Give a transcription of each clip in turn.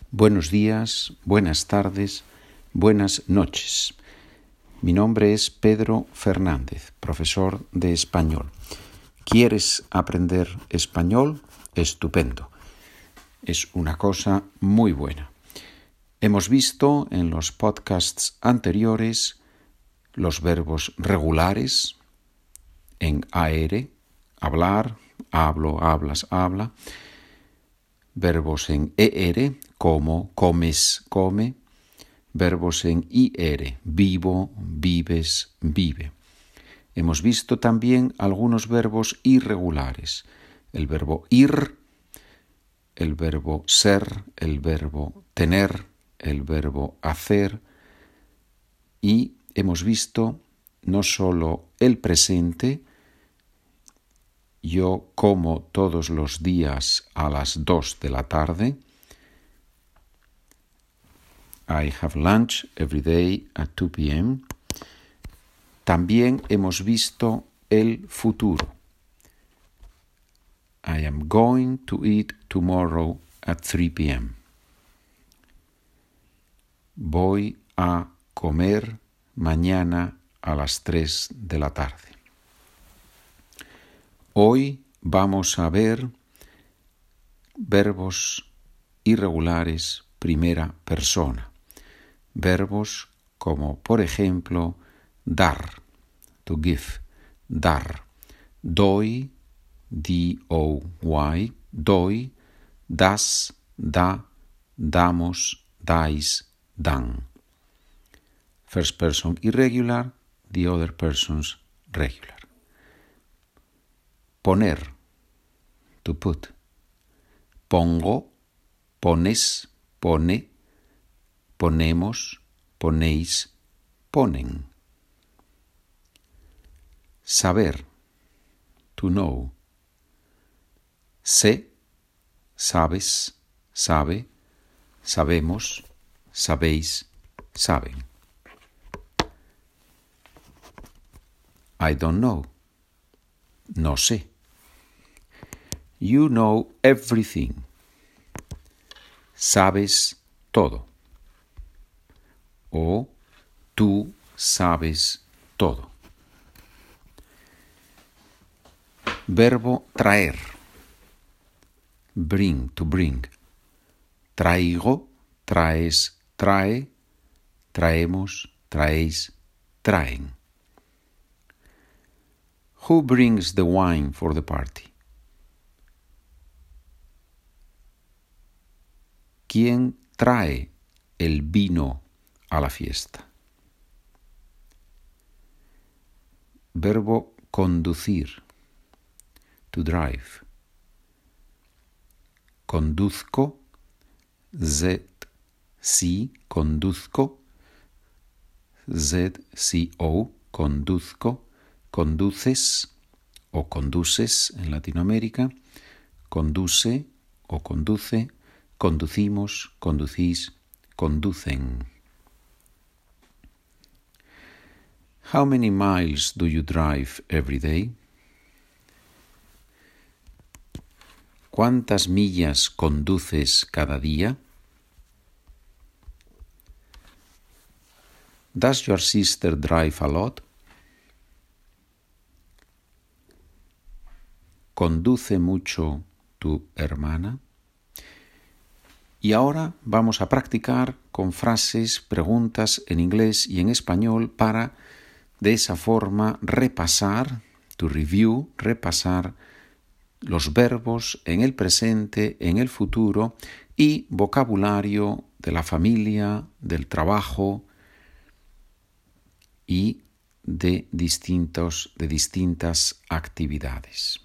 Buenos días, buenas tardes, buenas noches. Mi nombre es Pedro Fernández, profesor de español. ¿Quieres aprender español? Estupendo. Es una cosa muy buena. Hemos visto en los podcasts anteriores los verbos regulares en AR, hablar, hablo, hablas, habla. Verbos en ER, como, comes, come. Verbos en IR, vivo, vives, vive. Hemos visto también algunos verbos irregulares. El verbo ir, el verbo ser, el verbo tener, el verbo hacer. Y hemos visto no solo el presente. Yo como todos los días a las 2 de la tarde. I have lunch every day at 2 p.m. También hemos visto el futuro. I am going to eat tomorrow at 3 p.m. Voy a comer mañana a las 3 de la tarde. Hoy vamos a ver verbos irregulares primera persona. Verbos como, por ejemplo, dar, to give, dar. Doy, D-O-Y, doy, das, da, damos, dais, dan. First person irregular, the other person's regular. Poner, to put. Pongo, pones, pone, ponemos, ponéis, ponen. Saber, to know. Sé, sabes, sabe, sabemos, sabéis, saben. I don't know. No sé. You know everything. Sabes todo. O tú sabes todo. Verbo traer. Bring, to bring. Traigo, traes, trae. Traemos, traéis, traen. Who brings the wine for the party? ¿Quién trae el vino a la fiesta? Verbo conducir, to drive. Conduzco, Z-C, conduzco, Z-C-O, conduzco. Conduces o conduces en Latinoamérica, conduce o conduce, conducimos, conducís, conducen. How many miles do you drive every day? ¿Cuántas millas conduces cada día? Does your sister drive a lot? ¿Conduce mucho tu hermana? Y ahora vamos a practicar con frases, preguntas en inglés y en español para, de esa forma, repasar, to review, repasar los verbos en el presente, en el futuro y vocabulario de la familia, del trabajo y de distintas actividades.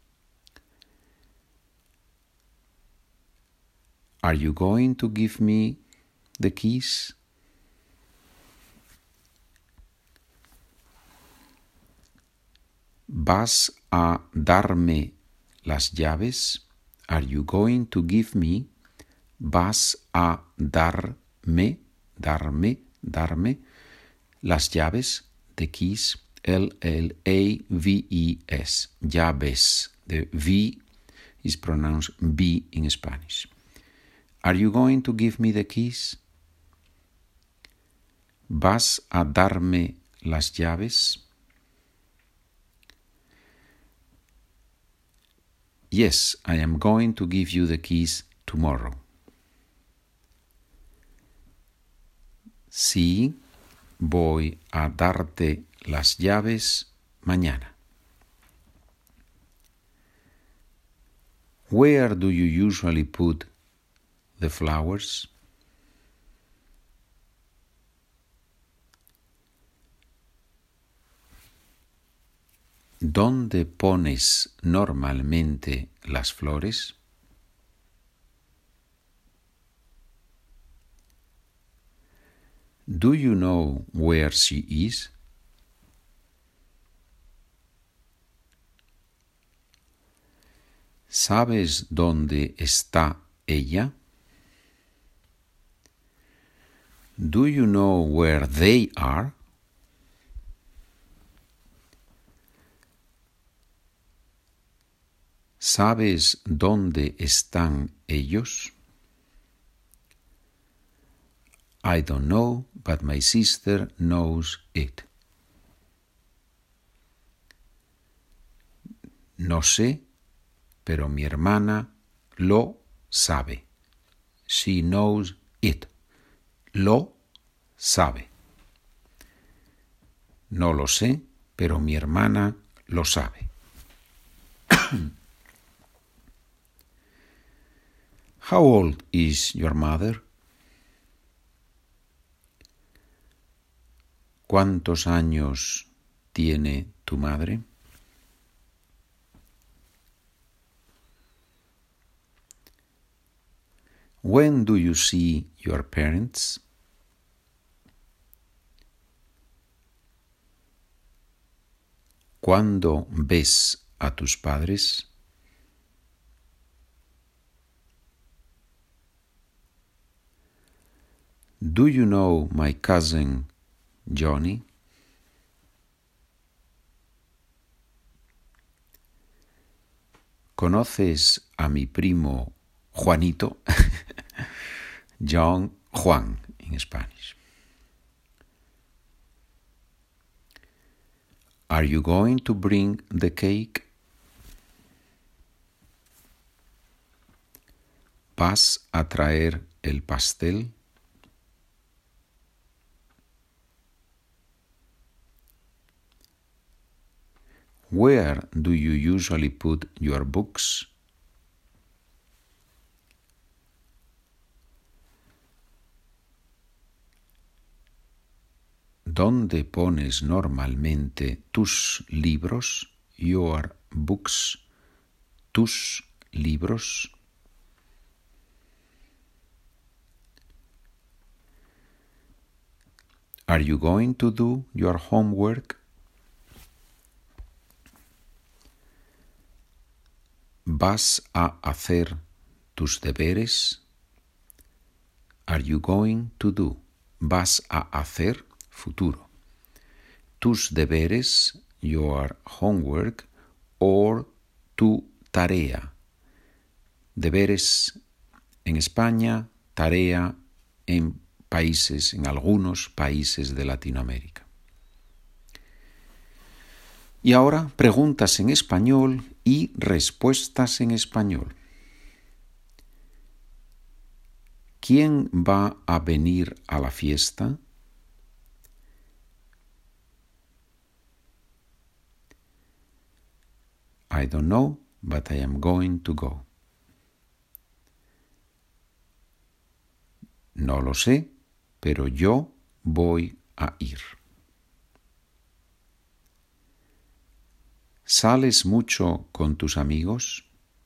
Are you going to give me the keys? ¿Vas a darme las llaves? Are you going to give me? ¿Vas a darme las llaves? The keys, L-L-A-V-E-S, llaves. The V is pronounced B in Spanish. Are you going to give me the keys? ¿Vas a darme las llaves? Yes, I am going to give you the keys tomorrow. Sí, voy a darte las llaves mañana. Where do you usually put the flowers? ¿Dónde pones normalmente las flores? Do you know where she is? ¿Sabes dónde está ella? Do you know where they are? ¿Sabes dónde están ellos? I don't know, but my sister knows it. No sé, pero mi hermana lo sabe. She knows it. Lo sabe. No lo sé, pero mi hermana lo sabe. How old is your mother? ¿Cuántos años tiene tu madre? When do you see your parents? ¿Cuándo ves a tus padres? Do you know my cousin Johnny? ¿Conoces a mi primo Juanito? Juan in Spanish. Are you going to bring the cake? ¿Vas a traer el pastel? Where do you usually put your books? ¿Dónde pones normalmente tus libros? Your books. Tus libros. Are you going to do your homework? ¿Vas a hacer tus deberes? Are you going to do? ¿Vas a hacer? Futuro. Tus deberes, your homework, or tu tarea. Deberes en España, tarea en algunos países de Latinoamérica. Y ahora preguntas en español y respuestas en español. ¿Quién va a venir a la fiesta? I don't know, but I am going to go. No lo sé, pero yo voy a ir. ¿Sales mucho con tus amigos?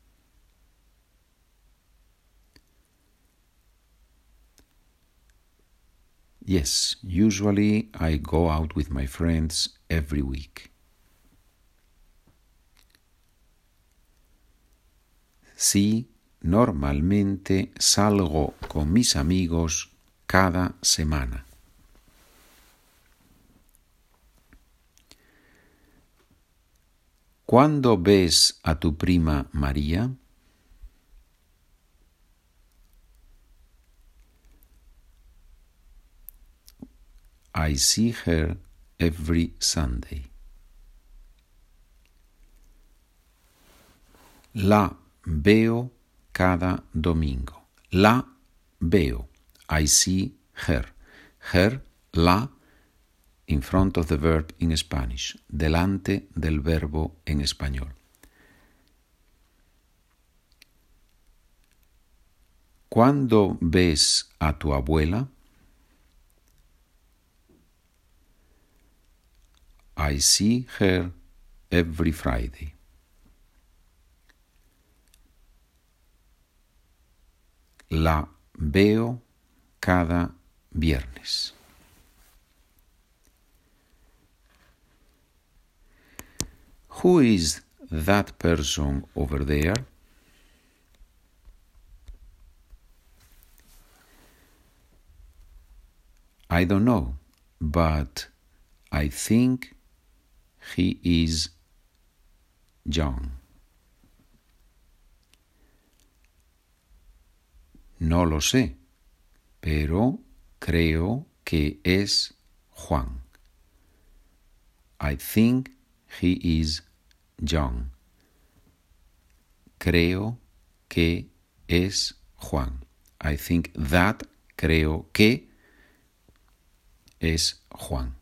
Yes, usually I go out with my friends every week. Sí, normalmente salgo con mis amigos cada semana. ¿Cuándo ves a tu prima María? I see her every Sunday. La veo cada domingo. La veo. I see her. Her, la, in front of the verb in Spanish. Delante del verbo en español. ¿Cuándo ves a tu abuela? I see her every Friday. La veo cada viernes. Who is that person over there? I don't know, but I think he is John. No lo sé, pero creo que es Juan. I think he is John. Creo que es Juan. I think that, creo que es Juan.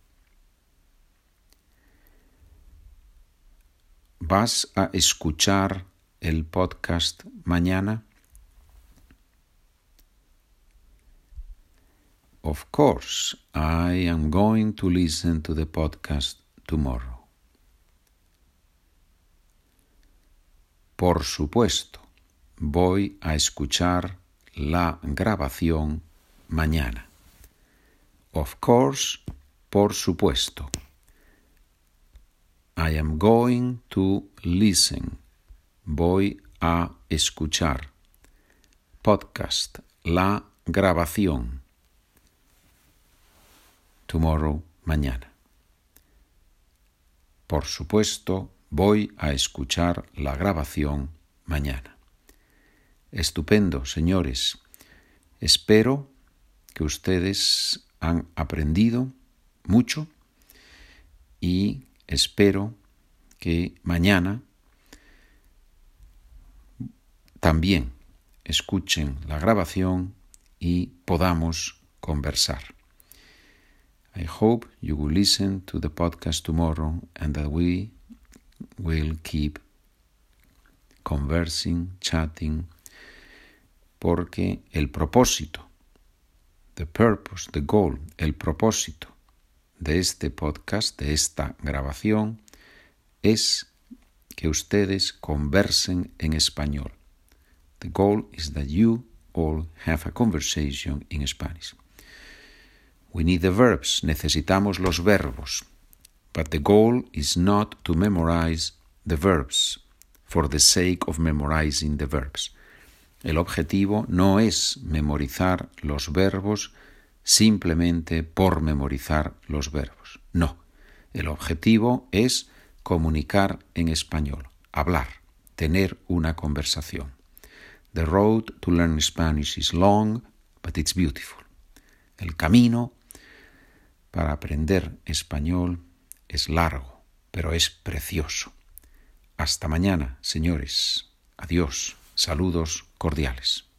¿Vas a escuchar el podcast mañana? Of course, I am going to listen to the podcast tomorrow. Por supuesto, voy a escuchar la grabación mañana. Of course, por supuesto. I am going to listen. Voy a escuchar. Podcast, la grabación. Tomorrow, mañana. Por supuesto, voy a escuchar la grabación mañana. Estupendo, señores. Espero que ustedes han aprendido mucho y espero que mañana también escuchen la grabación y podamos conversar. I hope you will listen to the podcast tomorrow and that we will keep conversing, chatting, porque el propósito, the purpose, the goal, el propósito de este podcast, de esta grabación, es que ustedes conversen en español. The goal is that you all have a conversation in Spanish. We need the verbs, necesitamos los verbos, but the goal is not to memorize the verbs for the sake of memorizing the verbs. El objetivo no es memorizar los verbos simplemente por memorizar los verbos. No, el objetivo es comunicar en español, hablar, tener una conversación. The road to learn Spanish is long, but it's beautiful. El camino para aprender español es largo, pero es precioso. Hasta mañana, señores. Adiós. Saludos cordiales.